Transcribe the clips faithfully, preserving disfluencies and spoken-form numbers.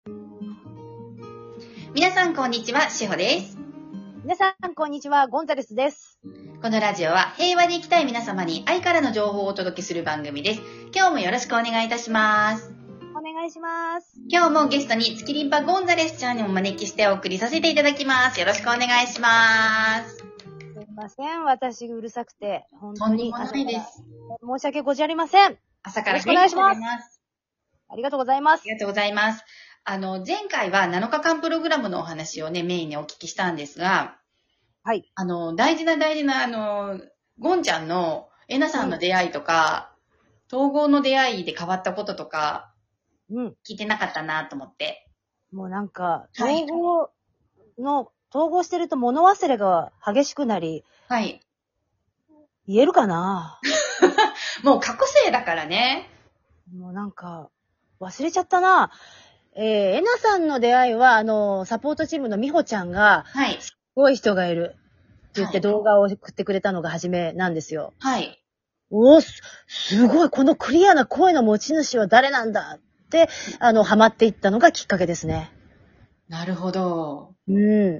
皆さんこんにちは、しほです。 皆さんこんにちは、ゴンザレスです。 このラジオは平和で生きたい皆様に愛からの情報をお届けする番組です。今日もよろしくお願いいたします。 お願いします。 今日もゲストに月リンパゴンザレスちゃんにお招きしてお送りさせていただきます。よろしくお願いします。 すいません、私うるさくて本当にとんでもないです。 申し訳ございません。 朝からよろしくお願いします。 す。 ありがとうございます。 ありがとうございます。あの前回はなのかかんプログラムのお話をねメインにお聞きしたんですが、 はい。 あの大事な大事なあのゴンちゃんのえなさんの出会いとか、うん、統合の出会いで変わったこととか、うん、聞いてなかったなと思って。 もうなんか統合の、はい、統合してると物忘れが激しくなり、 はい。 言えるかな。 もう過去形だからね。 もうなんか忘れちゃったな。えー、えなさんの出会いは、あの、サポートチームのみほちゃんが、はい。すごい人がいるって言って動画を送ってくれたのが初めなんですよ。 はい。 おー、す、すごい、このクリアな声の持ち主は誰なんだって、あの、ハマっていったのがきっかけですね。 なるほど。 うん。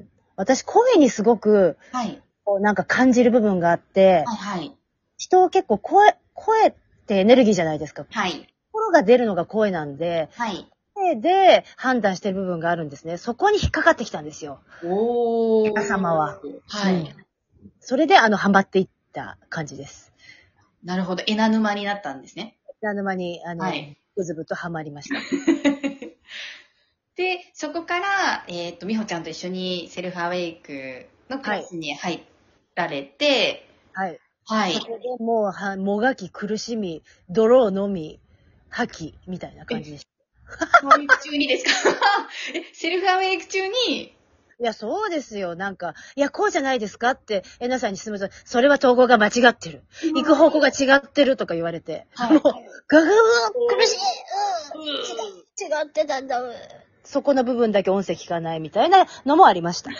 私、声にすごく、はい。こう、なんか感じる部分があって、はいはい。人を結構声、声ってエネルギーじゃないですか。はい。心が出るのが声なんで、はい。で判断してる部分があるんですね。そこに引っかかってきたんですよ。 おー。 皆様は。 はい、うん。 それで、あの、ハマっていった感じです。 なるほど。エナ沼になったんですね。 エナ沼に、あの、はい、ぐずぶとハマりました。 で、そこから、えっと、みほちゃんと一緒にセルフアウェイクのクラスに入られて、はい。はい。 そこでもう、は、もがき苦しみ、泥を飲み、吐き、みたいな感じでした。 アウェイク中にですかえ、セルフアウェイク中にいや、そうですよ。なんか、いや、こうじゃないですかって、えなさんに進むと、それは統合が間違ってる。行く方向が違ってるとか言われて。はい、もう、ガガガ苦しい、うん、違う、違ってたんだ。そこの部分だけ音声聞かないみたいなのもありました。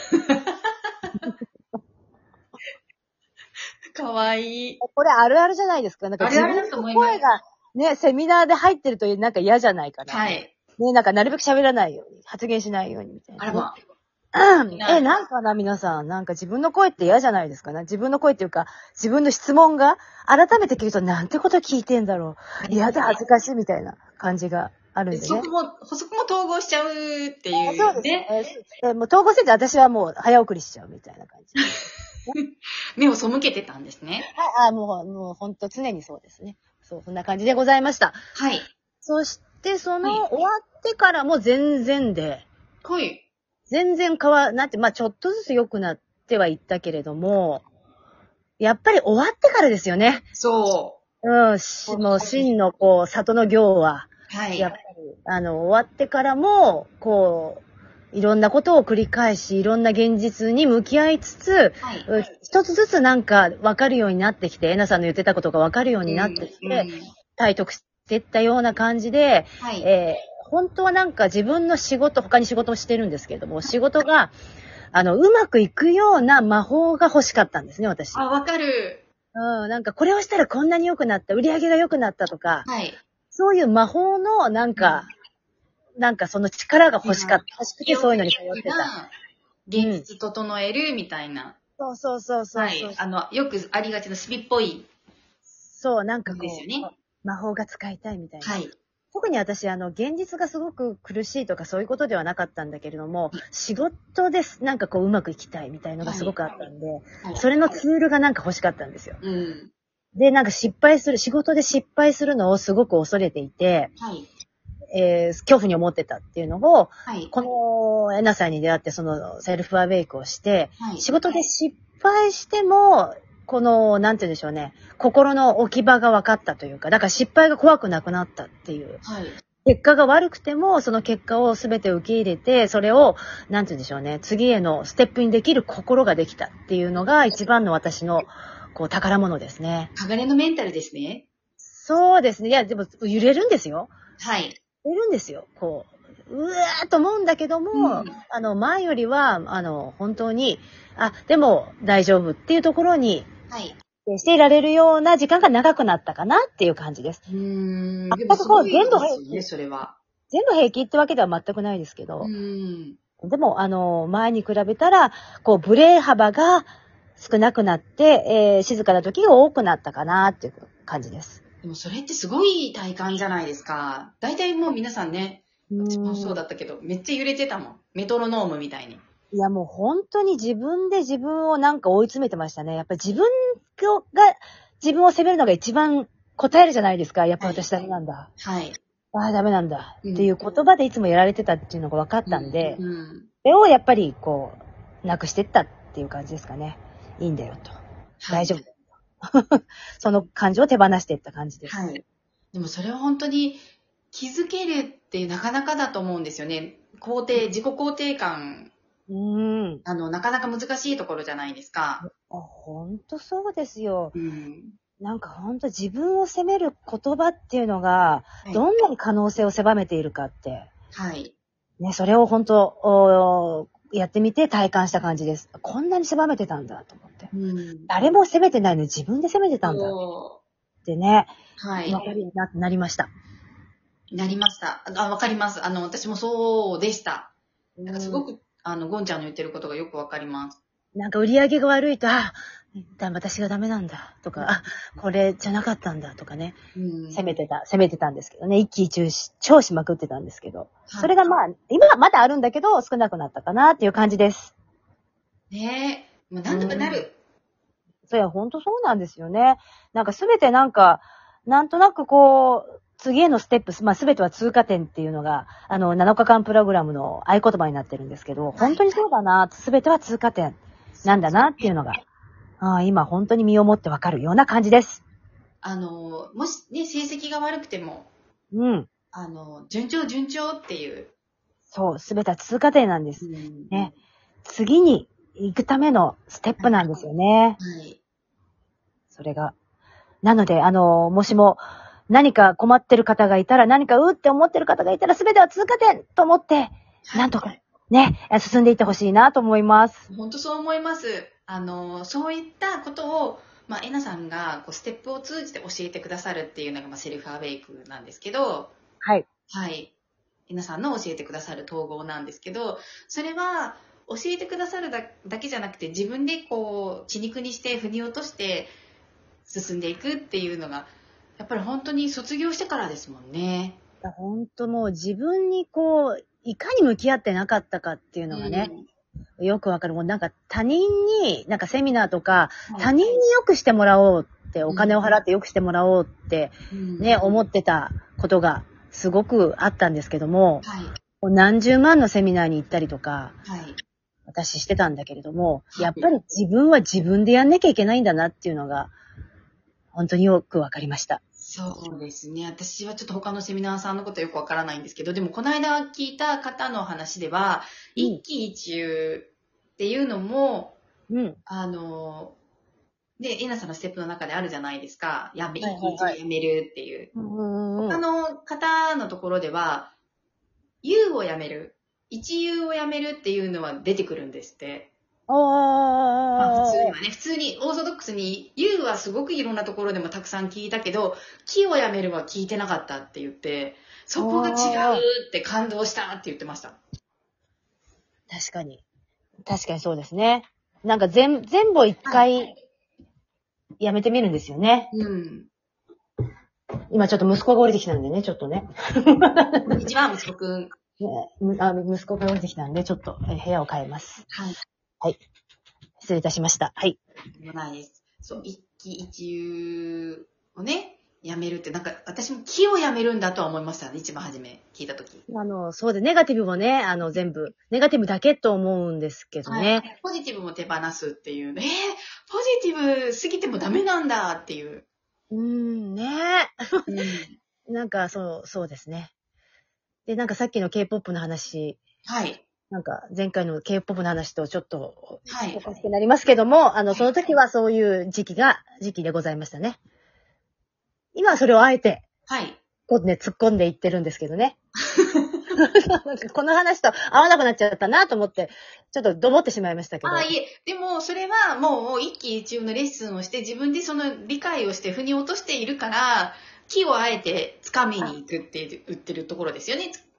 かわいい。 これあるあるじゃないですか。なんか自分の声がね、セミナーで入ってるとなんか嫌じゃないかな。はい。ね、なんかなるべく喋らないように、発言しないようにみたいな。あらまあ。え、なんかな、皆さん。なんか自分の声って嫌じゃないですかね。自分の声っていうか、自分の質問が改めて聞くとなんてこと聞いてんだろう。嫌だ、恥ずかしいみたいな感じがあるんでね。 そこも、そこも統合しちゃうっていう、ね。 そうですね。え、もう統合せず私はもう早送りしちゃうみたいな感じ。 目を背けてたんですね。 はい、あ、もう、もう本当常にそうですね。そう、そんな感じでございました。はい。そして、その、はい、終わってからも全然で、はい。全然変わ、なんて、まあちょっとずつ良くなってはいったけれども、やっぱり終わってからですよね。 そう。 うん、もう真のこう、里の行は、はい。やっぱり、あの、終わってからも、こう、いろんなことを繰り返し、いろんな現実に向き合いつつ、はい、一つずつなんか分かるようになってきて、えなさんの言ってたことが分かるようになってきて、うんうん、体得していったような感じで、はい、えー、本当はなんか自分の仕事、他に仕事をしてるんですけれども、仕事が、あの、うまくいくような魔法が欲しかったんですね、私。 あ、わかる。 うん、なんかこれをしたらこんなに良くなった、売り上げが良くなったとか、はい、そういう魔法のなんか、うんなんかその力が欲しかった。欲しくてそういうのに通ってた。 現実整えるみたいな。 うん、そうそうそうそう。はい。 あの、よくありがちなスピっぽい。 そう、なんかこう、 ですよね、 魔法が使いたいみたいな。はい。特に私、あの、現実がすごく苦しいとかそういうことではなかったんだけれども、はい、仕事です、なんかこう、うまくいきたいみたいのがすごくあったんで、はいはい、それのツールがなんか欲しかったんですよ。うん、で、なんか失敗する、仕事で失敗するのをすごく恐れていて、はいえー、恐怖に思ってたっていうのを、はい、このエナさんに出会ってそのセルフアウェイクをして、はい、仕事で失敗しても、この、なんて言うんでしょうね、心の置き場が分かったというか、だから失敗が怖くなくなったっていう。はい、結果が悪くても、その結果を全て受け入れて、それを、なんて言うんでしょうね、次へのステップにできる心ができたっていうのが一番の私の、こう、宝物ですね。 鋼のメンタルですね。 そうですね。いや、でも、揺れるんですよ。 はい。 いるんですよ。こう、うわーっと思うんだけども、うん、あの、前よりは、あの、本当に、あ、でも大丈夫っていうところに、はい。していられるような時間が長くなったかなっていう感じです。 うーん。全くこう、限度が、ね、それは。 全部平気ってわけでは全くないですけど。 うん。 でも、あの、前に比べたら、こう、ブレ幅が少なくなって、えー、静かな時が多くなったかなっていう感じです。 でもそれってすごい体感じゃないですか。大体もう皆さんね、私もそうだったけど、めっちゃ揺れてたもん。メトロノームみたいに。 いや、もう本当に自分で自分をなんか追い詰めてましたね。やっぱり自分が、自分を責めるのが一番答えるじゃないですか。やっぱ私ダメなんだ。 はい。 ああ、ダメなんだ。っていう言葉でいつもやられてたっていうのが分かったんで、 うんうん、 それをやっぱりこう、なくしていったっていう感じですかね。いいんだよと。大丈夫。その感情を手放していった感じです。 はい。でもそれは本当に気づけるってなかなかだと思うんですよね。肯定、自己肯定感。 うん。 あの、なかなか難しいところじゃないですか。 あ、本当そうですよ。 うん。 なんか本当自分を責める言葉っていうのが、どんなに可能性を狭めているかって。 はい。 ね、それを本当、やってみて体感した感じです。こんなに狭めてたんだと思って。うん、誰も責めてないのに自分で責めてたんだってね。 はい。 わかりな、なりました。 なりました。あ、わかります。あの、私もそうでした。なんかすごく、あの、ゴンちゃんの言ってることがよくわかります。 なんか売り上げが悪いと、あ、私がダメなんだとか、あ、これじゃなかったんだとかね、うん、攻めてた、攻めてたんですけどね、一喜一憂し、超しまくってたんですけど、はい、それがまあ、今はまだあるんだけど、少なくなったかなっていう感じです。 ねえ、もうなんとかなる。うん、 そういや、ほんとそうなんですよね。なんかすべてなんか、なんとなくこう、次へのステップ、まあすべては通過点っていうのが、あの、なのかかんプログラムの合言葉になってるんですけど、本当にそうだな、すべては通過点なんだなっていうのが、ああ、今本当に身をもってわかるような感じです。あの、もしね、成績が悪くても、 うん。 あの、順調順調っていう。 そう、すべては通過点なんです。うん、ね。次に行くためのステップなんですよね。はい。それが。なので、あの、もしも何か困ってる方がいたら、何かうって思ってる方がいたら、すべては通過点と思って、はい、なんとかね、進んでいってほしいなと思います。 本当そう思います。あの、そういったことを、まあ、えなさんがこうステップを通じて教えてくださるっていうのが、まあ、セルフアウェイクなんですけど、 はい。 はい。えなさんの教えてくださる統合なんですけど、それは教えてくださるだ, だけじゃなくて、自分でこう、血肉にして、腑に落として進んでいくっていうのが、やっぱり本当に卒業してからですもんね。 本当もう自分にこう、いかに向き合ってなかったかっていうのがね、うん、よくわかる。もうなんか他人に、なんかセミナーとか、はい、他人に良くしてもらおうって、お金を払って良くしてもらおうってね、うん、思ってたことがすごくあったんですけども、はい、何十万のセミナーに行ったりとか、はい、私してたんだけれども、はい、やっぱり自分は自分でやんなきゃいけないんだなっていうのが、本当によくわかりました。 そうですね。私はちょっと他のセミナーさんのことはよくわからないんですけど、でもこの間聞いた方の話では、うん、一喜一憂っていうのも、うん、あの、で、えなさんのステップの中であるじゃないですか。やめ、一喜一憂やめるっていう。他の方のところでは、憂をやめる、一憂をやめるっていうのは出てくるんですって。まあ、普通にはね、普通にオーソドックスに、ユーはすごくいろんなところでもたくさん聞いたけど、気をやめるは聞いてなかったって言って、そこが違うって感動したって言ってました。 確かに。確かにそうですね。なんか全、全部一回やめてみるんですよね。うん。今ちょっと息子が降りてきたんでね、ちょっとね。 こんにちは、息子くん。 ね、あ息子が降りてきたんで、ちょっと部屋を変えます。はい。はい。失礼いたしました。はい。 もないです。そう、一喜一憂をね、やめるって、なんか私も気をやめるんだとは思いましたね、一番初め聞いたとき。 あの、そうで、ネガティブもね、あの、全部、ネガティブだけと思うんですけどね。はい、 ポジティブも手放すっていう、ね、えー、ポジティブすぎてもダメなんだっていう。 うーん、ねうん、なんか、そう、そうですね。で、なんかさっきの K-ポップ の話。はい。なんか前回の K-ポップ の話とちょっとおかしくなりますけども、はい、あの、その時はそういう時期が、時期でございましたね。今はそれをあえて、はい。こうね、突っ込んでいってるんですけどね。この話と合わなくなっちゃったなと思って、ちょっとどぼってしまいましたけど。 ああ、いえ。でも、それはもう一喜一憂のレッスンをして、自分でその理解をして腑に落としているから、気をあえて掴みに行くって言ってるところですよね。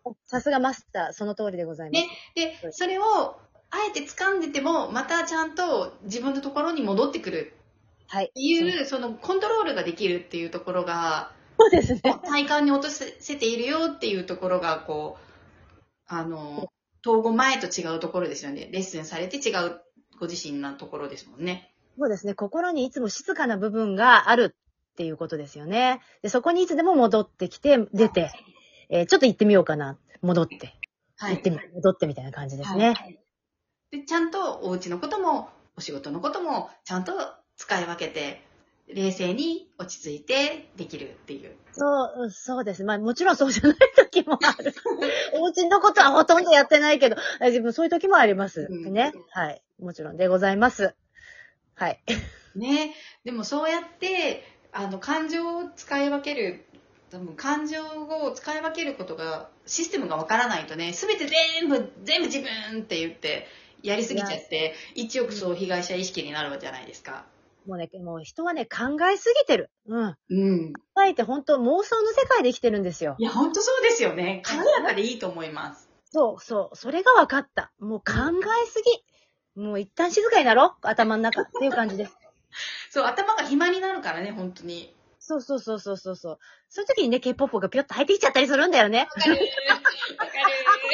さすがマスター、その通りでございます。 ね。で、それを、あえて掴んでても、またちゃんと自分のところに戻ってくる。はい。っていう、そのコントロールができるっていうところが、 そうですね。 体感に落とせているよっていうところが、こう、あの、統合前と違うところですよね。レッスンされて違うご自身のところですもんね。 そうですね。心にいつも静かな部分があるっていうことですよね。で、そこにいつでも戻ってきて、出て、はい、えー、ちょっと行ってみようかな。戻って。はい。行ってみ、戻ってみたいな感じですね。はい、 で、ちゃんとお家のことも、お仕事のことも、ちゃんと使い分けて、冷静に落ち着いてできるっていう。 そう、そうです。まあもちろんそうじゃない時もある。お家のことはほとんどやってないけど、自分そういう時もあります。うん、ね。はい。もちろんでございます。はい。 ね。でもそうやって、あの、感情を使い分ける、多分感情を使い分けることが、システムがわからないとね、すべて全部、全部自分って言って、やりすぎちゃって、一億総被害者意識になるじゃないですか。 もうね、もう人はね、考えすぎてる。うん。 うん。 考えて本当妄想の世界で生きてるんですよ。 いや、本当そうですよね。軽やかでいいと思います。 そうそう。それが分かった。もう考えすぎ。もう一旦静かになろう。頭の中っていう感じです。 そう、頭が暇になるからね、本当に。 そうそうそうそうそう。そういう時にね、K-ポップ がピョッと入ってきちゃったりするんだよね。 わかる。わか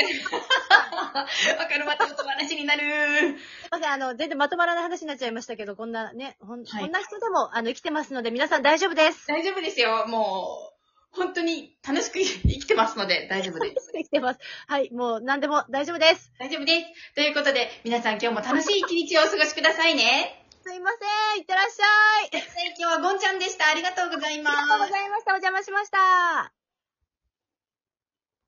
る。わかる。またまた話になる。 まあ、あの、全然まとまらない話になっちゃいましたけど、こんなね、ほん、はい、こんな人でも、あの、生きてますので、皆さん大丈夫です。 大丈夫ですよ。もう、本当に楽しく生きてますので、大丈夫です。 生きてます。はい、もう何でも大丈夫です。 大丈夫です。ということで、皆さん今日も楽しい一日をお過ごしくださいね。 すいません。いってらっしゃい。 今日はゴンちゃんでした。ありがとうございます。ありがとうございました。お邪魔しました。